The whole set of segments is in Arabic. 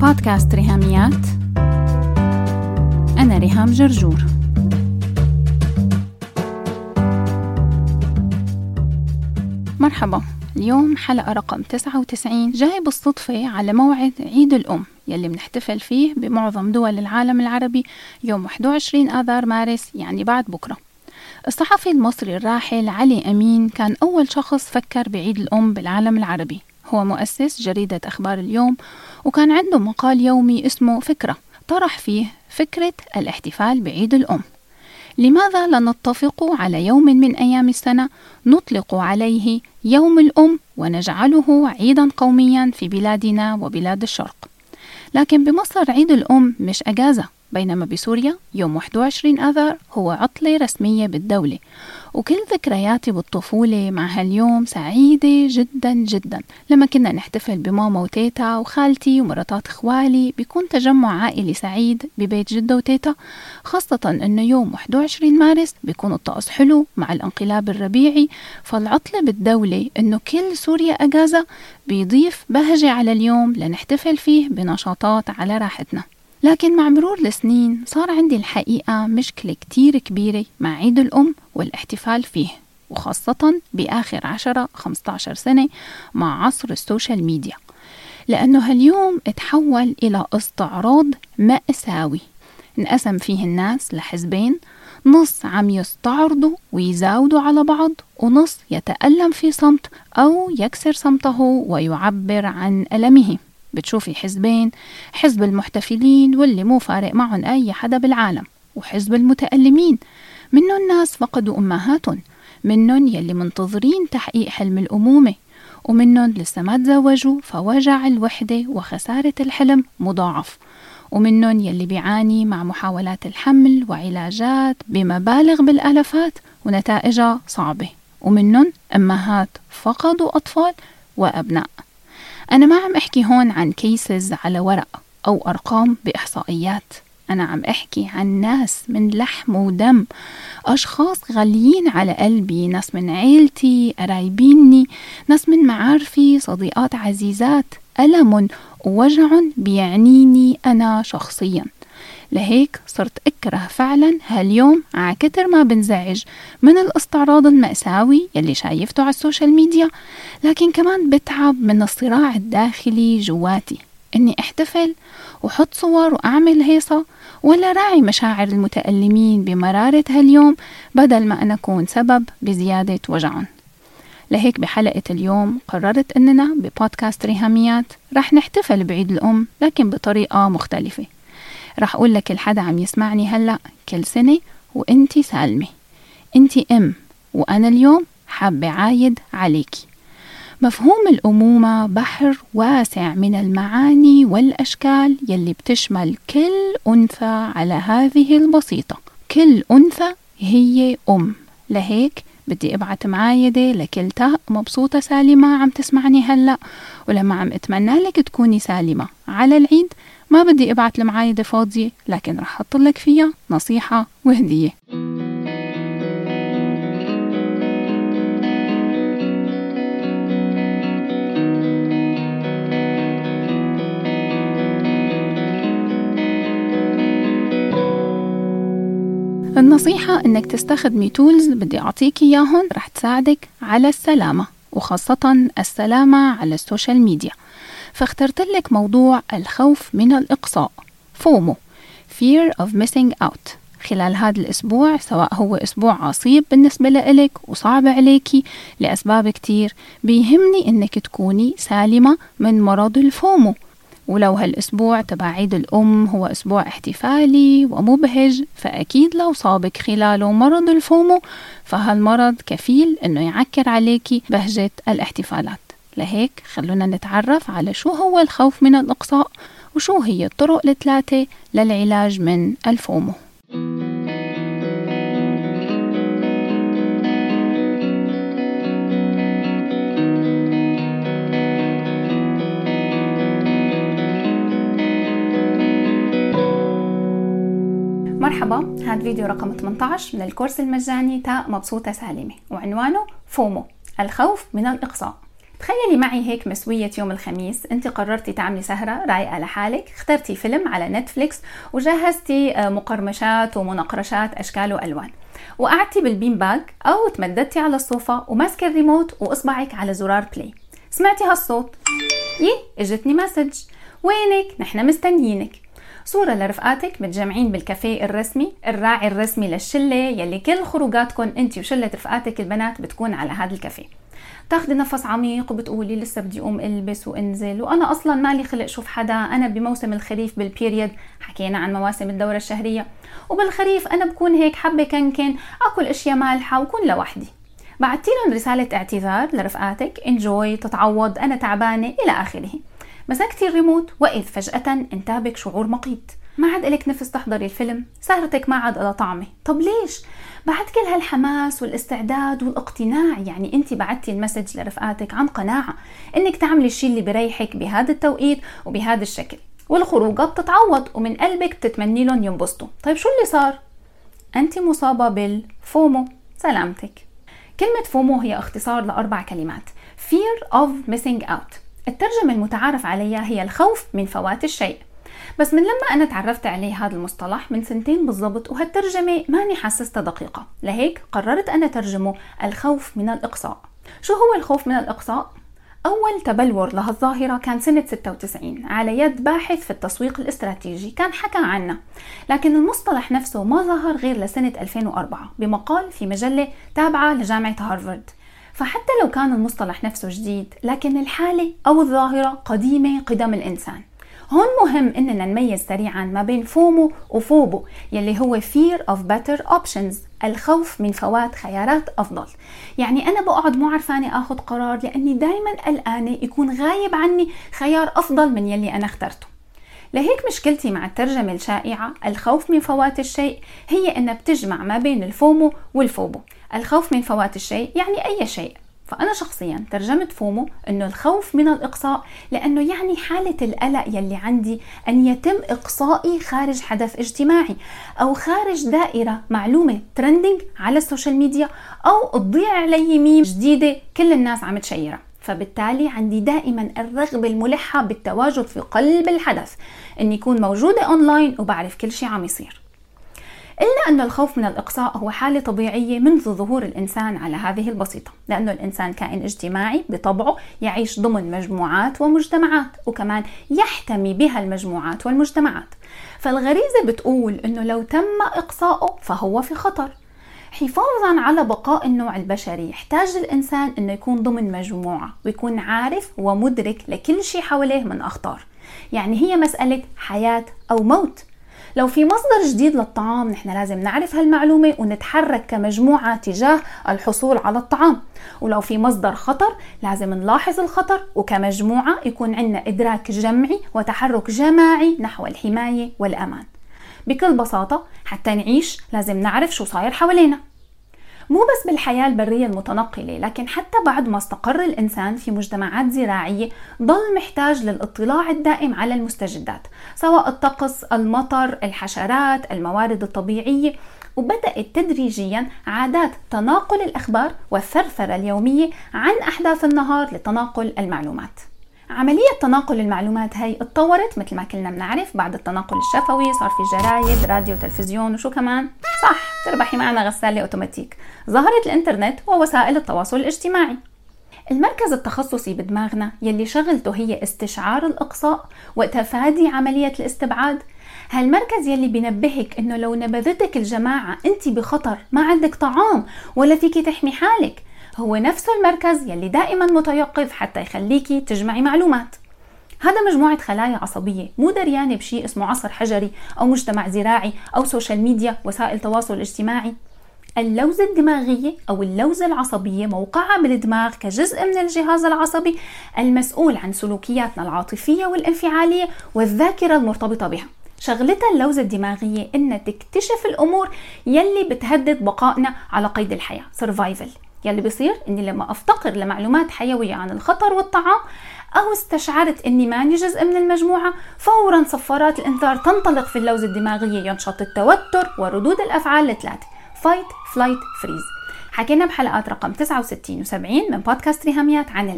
بودكاست ريهاميات. أنا ريهام جرجور. مرحبا، اليوم حلقة رقم 99 جاي بالصدفة على موعد عيد الأم يلي بنحتفل فيه بمعظم دول العالم العربي يوم 21 آذار مارس، يعني بعد بكرة. الصحفي المصري الراحل علي أمين كان أول شخص فكر بعيد الأم بالعالم العربي. هو مؤسس جريدة أخبار اليوم، وكان عنده مقال يومي اسمه فكرة، طرح فيه فكرة الاحتفال بعيد الأم. لماذا لا نتفق على يوم من أيام السنة نطلق عليه يوم الأم ونجعله عيدا قوميا في بلادنا وبلاد الشرق؟ لكن بمصر عيد الأم مش أجازة، بينما بسوريا يوم 21 آذار هو عطلة رسمية بالدولة. وكل ذكرياتي بالطفولة مع هاليوم سعيدة جدا جدا. لما كنا نحتفل بماما وتيتا وخالتي ومراتات اخوالي، بيكون تجمع عائلي سعيد ببيت جدة وتيتا، خاصة انه يوم 21 مارس بيكون الطقس حلو مع الانقلاب الربيعي، فالعطلة بالدولة انه كل سوريا اجازة بيضيف بهجة على اليوم لنحتفل فيه بنشاطات على راحتنا. لكن مع مرور السنين صار عندي الحقيقة مشكلة كتير كبيرة مع عيد الأم والاحتفال فيه، وخاصة بآخر 10-15 سنة مع عصر السوشيال ميديا، لأنه هاليوم اتحول إلى استعراض مأساوي انقسم فيه الناس لحزبين، نص عم يستعرضوا ويزاودوا على بعض، ونص يتألم في صمت أو يكسر صمته ويعبر عن ألمه. بتشوفي حزبين، حزب المحتفلين واللي مو فارق معهم أي حدا بالعالم، وحزب المتألمين، منهم ناس فقدوا أمهاتهم، منهم يلي منتظرين تحقيق حلم الأمومة، ومنهم لسه ما تزوجوا فوجع الوحدة وخسارة الحلم مضاعف، ومنهم يلي بيعاني مع محاولات الحمل وعلاجات بمبالغ بالآلافات ونتائجها صعبة، ومنهم أمهات فقدوا أطفال وأبناء. أنا ما عم أحكي هون عن كيسز على ورق أو أرقام بإحصائيات، أنا عم أحكي عن ناس من لحم ودم، أشخاص غاليين على قلبي، ناس من عيلتي، قرايبيني، ناس من معارفي، صديقات عزيزات، ألم ووجع بيعنيني أنا شخصياً. لهيك صرت أكره فعلا هاليوم عكتر ما بنزعج من الاستعراض المأساوي يلي شايفته على السوشيال ميديا، لكن كمان بتعب من الصراع الداخلي جواتي، اني احتفل وحط صور واعمل هيصة، ولا راعي مشاعر المتألمين بمرارة هاليوم بدل ما أنا أكون سبب بزيادة وجعهم. لهيك بحلقة اليوم قررت أننا ببودكاست ريهاميات رح نحتفل بعيد الأم، لكن بطريقة مختلفة. رح أقول لك الحدا عم يسمعني هلأ كل سنة وإنتي سالمة، إنتي أم، وأنا اليوم حابة عايد عليكي. مفهوم الأمومة بحر واسع من المعاني والأشكال يلي بتشمل كل أنثى على هذه البسيطة. كل أنثى هي أم. لهيك بدي ابعت معايدة لكل تاء مبسوطة سالمة عم تسمعني هلأ، ولما عم اتمنى لك تكوني سالمة على العيد ما بدي ابعت المعايدة فاضية، لكن رح احط لك فيها نصيحة وهدية. النصيحة انك تستخدمي تولز بدي اعطيكي اياهم رح تساعدك على السلامة، وخاصة السلامة على السوشيال ميديا. فاخترت لك موضوع الخوف من الإقصاء، فومو Fear of Missing Out. خلال هذا الأسبوع، سواء هو أسبوع عصيب بالنسبة لإلك وصعب عليكي لأسباب كتير، بيهمني إنك تكوني سالمة من مرض الفومو. ولو هالأسبوع تبع عيد الأم هو أسبوع احتفالي ومبهج، فأكيد لو صابك خلاله مرض الفومو فهالمرض كفيل إنه يعكر عليكي بهجة الاحتفالات. لهيك خلونا نتعرف على شو هو الخوف من الإقصاء وشو هي الطرق الثلاثة للعلاج من الفومو. مرحبا، هذا فيديو رقم 18 من الكورس المجاني تاء مبسوطة سالمة، وعنوانه فومو الخوف من الإقصاء. تخيلي معي هيك مسوية يوم الخميس، انت قررتي تعملي سهرة رايقة لحالك، اخترتي فيلم على نتفليكس وجهزتي مقرمشات ومنقرشات أشكال وألوان، وقعدتي بالبين باج أو تمددتي على الصوفة وماسكة الريموت وإصبعك على زرار بلاي. سمعتي هالصوت؟ اجتني مسج، وينك؟ نحن مستنيينك. صورة لرفقاتك متجمعين بالكافيه الرسمي، الراعي الرسمي للشلة يلي كل خروجاتكم انت وشلة رفقاتك البنات بتكون على هذا الكافيه. تاخدي نفس عميق وبتقولي لسه بدي أقوم ألبس وأنزل، وأنا أصلا مالي خلق شوف حدا، أنا بموسم الخريف بالبيريد، حكينا عن مواسم الدورة الشهرية، وبالخريف أنا بكون هيك حبة كنكن أكل أشياء مالحة وكون لوحدي. بعتي لهم رسالة اعتذار لرفقاتك، انجوي، تتعوض، أنا تعبانة إلى آخره. مسكتي الريموت وإذ فجأة انتابك شعور مقيت، ما عاد إلك نفس تحضري الفيلم، سهرتك ما عاد لها طعمة. طب ليش؟ بعد كل هالحماس والاستعداد والاقتناع، يعني انت بعتي المسج لرفقاتك عن قناعة انك تعملي الشيء اللي بريحك بهذا التوقيت وبهذا الشكل، والخروجة بتتعوض ومن قلبك بتتمني لهم ينبسطوا. طيب شو اللي صار؟ انت مصابة بالفومو. سلامتك. كلمة فومو هي اختصار ل4 كلمات: Fear of Missing Out. الترجمة المتعارف عليها هي الخوف من فوات الشيء، بس من لما أنا تعرفت عليه هذا المصطلح من 2 بالضبط، وهالترجمة ماني حاسستها دقيقة، لهيك قررت أنا ترجمه الخوف من الإقصاء. شو هو الخوف من الإقصاء؟ أول تبلور لهالظاهرة كان سنة 96 على يد باحث في التسويق الاستراتيجي كان حكى عنه، لكن المصطلح نفسه ما ظهر غير لسنة 2004 بمقال في مجلة تابعة لجامعة هارفارد. فحتى لو كان المصطلح نفسه جديد، لكن الحالة أو الظاهرة قديمة قدم الإنسان. هون مهم إننا نميز سريعا ما بين فومو وفوبو يلي هو Fear of Better Options، الخوف من فوات خيارات أفضل. يعني أنا بقعد مو عرفانة أخذ قرار لأني دايما قلقانة يكون غايب عني خيار أفضل من يلي أنا اخترته. لهيك مشكلتي مع الترجمة الشائعة الخوف من فوات الشيء هي أنها بتجمع ما بين الفومو والفوبو. الخوف من فوات الشيء يعني أي شيء، فأنا شخصيا ترجمت فومو أنه الخوف من الإقصاء، لأنه يعني حالة القلق يلي عندي أن يتم إقصائي خارج حدث اجتماعي أو خارج دائرة معلومة ترندنج على السوشيال ميديا، أو تضيع علي ميم جديدة كل الناس عم تشيرها. فبالتالي عندي دائما الرغبة الملحة بالتواجد في قلب الحدث، أني يكون موجودة أونلاين وبعرف كل شيء عم يصير. إلا أن الخوف من الإقصاء هو حالة طبيعية منذ ظهور الإنسان على هذه البسيطة، لأنه الإنسان كائن اجتماعي بطبعه، يعيش ضمن مجموعات ومجتمعات، وكمان يحتمي بها المجموعات والمجتمعات. فالغريزة بتقول أنه لو تم إقصاؤه فهو في خطر. حفاظا على بقاء النوع البشري يحتاج الإنسان أنه يكون ضمن مجموعة ويكون عارف ومدرك لكل شيء حواليه من أخطار. يعني هي مسألة حياة أو موت. لو في مصدر جديد للطعام نحن لازم نعرف هالمعلومة ونتحرك كمجموعة تجاه الحصول على الطعام، ولو في مصدر خطر لازم نلاحظ الخطر وكمجموعة يكون عندنا إدراك جمعي وتحرك جماعي نحو الحماية والأمان. بكل بساطة حتى نعيش لازم نعرف شو صاير حوالينا، مو بس بالحياة البرية المتنقلة، لكن حتى بعد ما استقر الإنسان في مجتمعات زراعية ضل محتاج للاطلاع الدائم على المستجدات، سواء الطقس، المطر، الحشرات، الموارد الطبيعية. وبدأت تدريجيا عادات تناقل الأخبار والثرثرة اليومية عن أحداث النهار لتناقل المعلومات. عملية تناقل المعلومات هاي اتطورت مثل ما كلنا بنعرف بعد التناقل الشفوي، صار في جرايد، راديو، تلفزيون، وشو كمان؟ صح، تربحي معنا غسالة أوتوماتيك. ظهرت الإنترنت ووسائل التواصل الاجتماعي. المركز التخصصي بدماغنا يلي شغلته هي استشعار الإقصاء وتفادي عملية الاستبعاد، هالمركز يلي بينبهك إنه لو نبذتك الجماعة أنت بخطر، ما عندك طعام ولا فيكي تحمي حالك، هو نفسه المركز يلي دائما متيقظ حتى يخليكي تجمعي معلومات. هذا مجموعة خلايا عصبية مو دريانة بشيء اسمه عصر حجري أو مجتمع زراعي أو سوشيال ميديا وسائل تواصل اجتماعي. اللوزة الدماغية أو اللوزة العصبية موقعها بالدماغ كجزء من الجهاز العصبي المسؤول عن سلوكياتنا العاطفية والانفعالية والذاكرة المرتبطة بها. شغلتها اللوزة الدماغية إنها تكتشف الأمور يلي بتهدد بقائنا على قيد الحياة، survival. يلي بيصير إني لما أفتقر لمعلومات حيوية عن الخطر والطعام أو استشعرت إني ماني جزء من المجموعة، فوراً صفارات الإنذار تنطلق في اللوزة الدماغية، ينشط التوتر وردود الأفعال ال3: Fight, Flight, Freeze. حكينا بحلقات رقم 69 و70 من بودكاست ريهاميات عن القلق.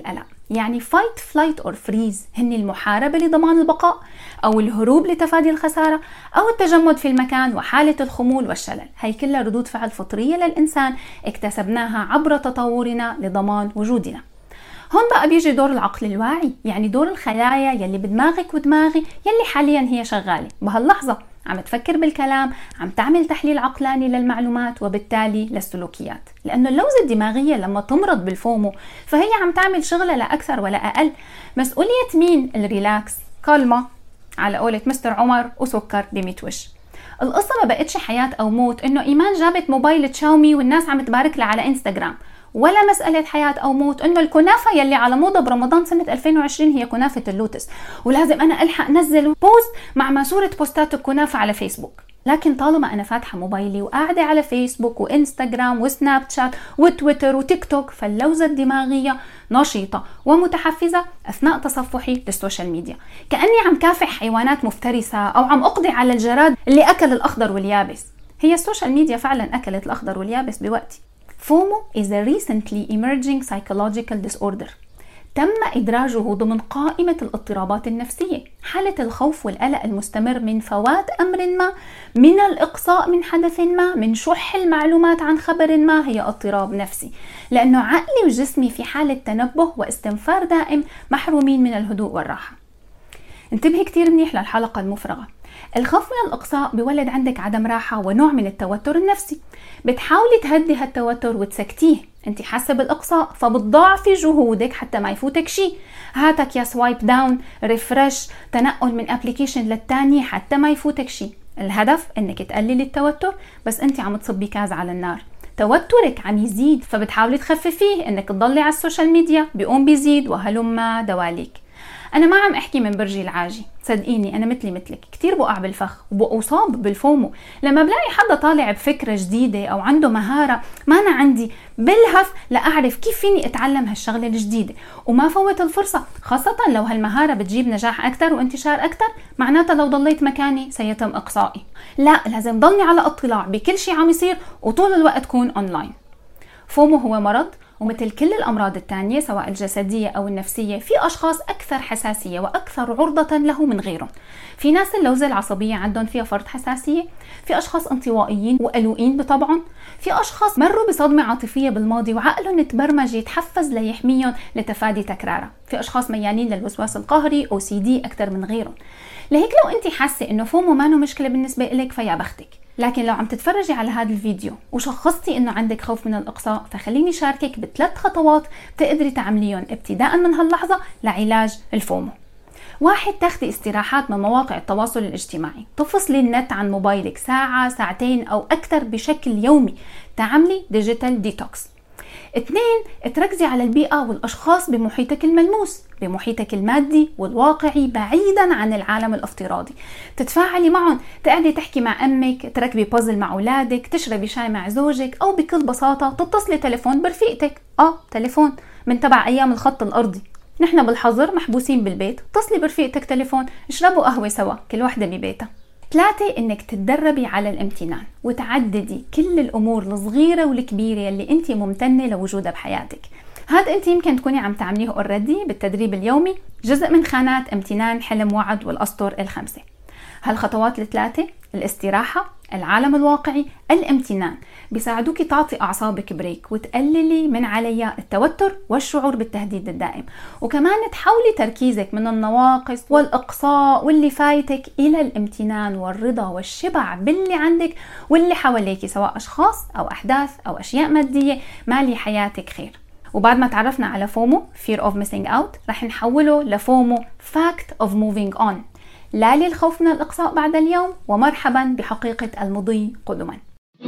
يعني fight, flight or freeze هن المحاربة لضمان البقاء أو الهروب لتفادي الخسارة أو التجمد في المكان وحالة الخمول والشلل. هي كلها ردود فعل فطرية للإنسان اكتسبناها عبر تطورنا لضمان وجودنا. هون بقى بيجي دور العقل الواعي، يعني دور الخلايا يلي بدماغك ودماغي يلي حاليا هي شغالة بهاللحظة، عم تفكر بالكلام، عم تعمل تحليل عقلاني للمعلومات وبالتالي للسلوكيات. لأنه اللوزة الدماغية لما تمرض بالفومو فهي عم تعمل شغلة لا أكثر ولا أقل. مسؤولية مين؟ الريلاكس، كلمة على قولة مستر عمر وسكر ب100 وش. القصة ما بقتش حياة أو موت إنه إيمان جابت موبايل تشاومي والناس عم تبارك لها على إنستغرام، ولا مسألة حياة أو موت إنه الكنافة يلي على موضة برمضان سنة 2020 هي كنافة اللوتس ولازم أنا ألحق نزل بوست مع ماسورة بوستات الكنافة على فيسبوك. لكن طالما أنا فاتحة موبايلي وقاعدة على فيسبوك وإنستغرام وسناب شات وتويتر وتيك توك، فاللوزة الدماغية نشيطة ومتحفزة أثناء تصفحي للسوشيال ميديا، كأني عم كافح حيوانات مفترسة أو عم أقضي على الجراد اللي أكل الأخضر واليابس. هي السوشيال ميديا فعلا أكلت الأخضر واليابس بوقتي. FOMO is a recently emerging psychological disorder. تم إدراجه ضمن قائمة الاضطرابات النفسية، حالة الخوف والقلق المستمر من فوات أمر ما، من الإقصاء من حدث ما، من شح المعلومات عن خبر ما، هي اضطراب نفسي، لأنه عقلي وجسمي في حالة تنبه واستنفار دائم، محرومين من الهدوء والراحة. انتبهي كتير منيح للحلقة المفرغة. الخوف من الإقصاء بيولد عندك عدم راحة ونوع من التوتر النفسي. بتحاولي تهدي هالتوتر وتسكتيه، انت حاسة بالإقصاء فبتضاعفي جهودك حتى ما يفوتك شيء. هاتك يا سوايب داون، ريفرش، تنقل من ابليكيشن للتاني حتى ما يفوتك شيء. الهدف انك تقللي التوتر، بس انت عم تصبي كاز على النار. توترك عم يزيد فبتحاولي تخففيه، انك تضلي على السوشيال ميديا بيقوم بيزيد وهلما دواليك. أنا ما عم أحكي من برجي العاجي، صدقيني أنا مثلك كتير بقع بالفخ وبأصاب بالفومو لما بلاقي حدا طالع بفكرة جديدة أو عنده مهارة ما أنا عندي، بلهف لأعرف كيف فيني أتعلم هالشغلة الجديدة وما فوت الفرصة، خاصة لو هالمهارة بتجيب نجاح أكتر وانتشار أكتر. معناتها لو ضليت مكاني سيتم إقصائي. لا، لازم ضلني على اطلاع بكل شيء عم يصير وطول الوقت كون أونلاين. فومو هو مرض، ومثل كل الأمراض التانية سواء الجسدية أو النفسية، في أشخاص أكثر حساسية وأكثر عرضة له من غيرهم. في ناس اللوزة العصبية عندهم فيها فرط حساسية، في أشخاص انطوائيين وقلوقين بطبعهم، في أشخاص مروا بصدمة عاطفية بالماضي وعقلهم تبرمج يتحفز ليحميهم لتفادي تكرارها، في أشخاص ميالين للوسواس القهري OCD أكثر من غيرهم. لهيك لو أنت حاسة إنه فومو ما نو مشكلة بالنسبة إليك فيا بختك. لكن لو عم تتفرجي على هذا الفيديو وشخصتي إنه عندك خوف من الإقصاء، فخليني شاركك ب3 خطوات بتقدري تعمليهم ابتداء من هاللحظة لعلاج الفومو. 1. تاخدي استراحات من مواقع التواصل الاجتماعي، تفصلي النت عن موبايلك ساعة ساعتين أو أكثر بشكل يومي، تعملي ديجيتال ديتوكس. 2. تركزي على البيئة والأشخاص بمحيطك الملموس، بمحيطك المادي والواقعي بعيدا عن العالم الافتراضي، تتفاعلي معهم، تقعدي تحكي مع أمك، تركبي بازل مع أولادك، تشربي شاي مع زوجك، أو بكل بساطة تتصلي تليفون برفيقتك. تليفون من تبع أيام الخط الأرضي، نحن بالحظر محبوسين بالبيت، اتصلي برفيقتك تليفون، اشربوا قهوة سوا كل واحدة ببيتها. 3. انك تتدربي على الامتنان وتعددي كل الامور الصغيرة والكبيرة اللي انت ممتنة لوجودها بحياتك. هذا انت يمكن تكوني عم تعمليه اوريدي بالتدريب اليومي، جزء من خانات امتنان، حلم، وعد والاسطر ال5. هالخطوات ال3، الاستراحة، العالم الواقعي، الامتنان، بيساعدوكي تعطي أعصابك بريك وتقللي من عليها التوتر والشعور بالتهديد الدائم، وكمان تحولي تركيزك من النواقص والإقصاء واللي فايتك إلى الامتنان والرضا والشبع باللي عندك واللي حواليكي، سواء أشخاص أو أحداث أو أشياء مادية، مالي حياتك خير. وبعد ما تعرفنا على فومو Fear of Missing Out، رح نحوله لفومو Fact of Moving On، لا للخوف من الإقصاء بعد اليوم، ومرحبا بحقيقة المضي قدما.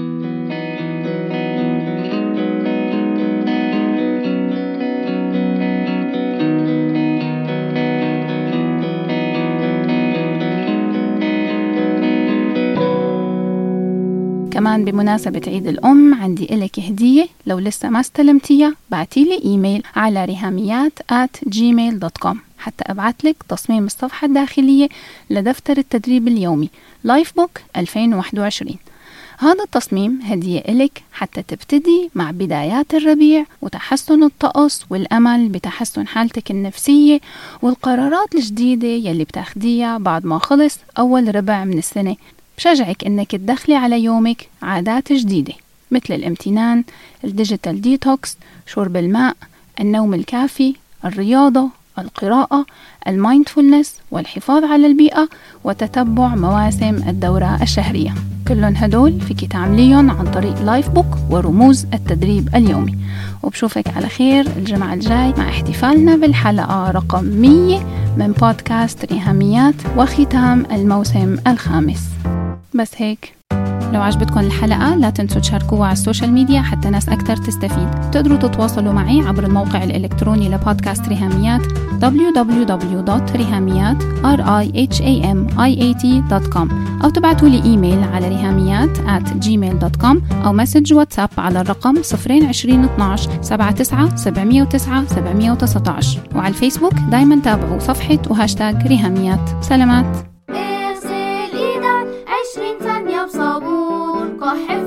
كمان بمناسبة عيد الأم عندي إلك هدية، لو لسه ما استلمتيها بعتيلي إيميل على ريهاميات@gmail.com حتى أبعتلك تصميم الصفحة الداخلية لدفتر التدريب اليومي لايف بوك 2021. هذا التصميم هدية إلك حتى تبتدي مع بدايات الربيع وتحسن الطقس والأمل بتحسن حالتك النفسية والقرارات الجديدة يلي بتاخديها بعد ما خلص أول ربع من السنة. بشجعك إنك تدخلي على يومك عادات جديدة مثل الامتنان، الديجيتال ديتوكس، شرب الماء، النوم الكافي، الرياضة، القراءة، المايندفولنس، والحفاظ على البيئة، وتتبع مواسم الدورة الشهرية. كلهم هدول فيك تعمليهم عن طريق لايف بوك ورموز التدريب اليومي. وبشوفك على خير الجمعة الجاي مع احتفالنا بالحلقة رقم 100 من بودكاست ريهاميات وختام الموسم الخامس. بس هيك، لو عجبتكم الحلقة لا تنسوا تشاركوها على السوشيال ميديا حتى ناس أكتر تستفيد. تقدروا تتواصلوا معي عبر الموقع الإلكتروني لبودكاست ريهاميات www.rihamiat.com أو تبعتوا لي إيميل على rihamiat@gmail.com أو مسج واتساب على الرقم 020 12 79 709 719. وعلى الفيسبوك دايما تابعوا صفحة وهاشتاج ريهاميات. سلامات. صابون كحل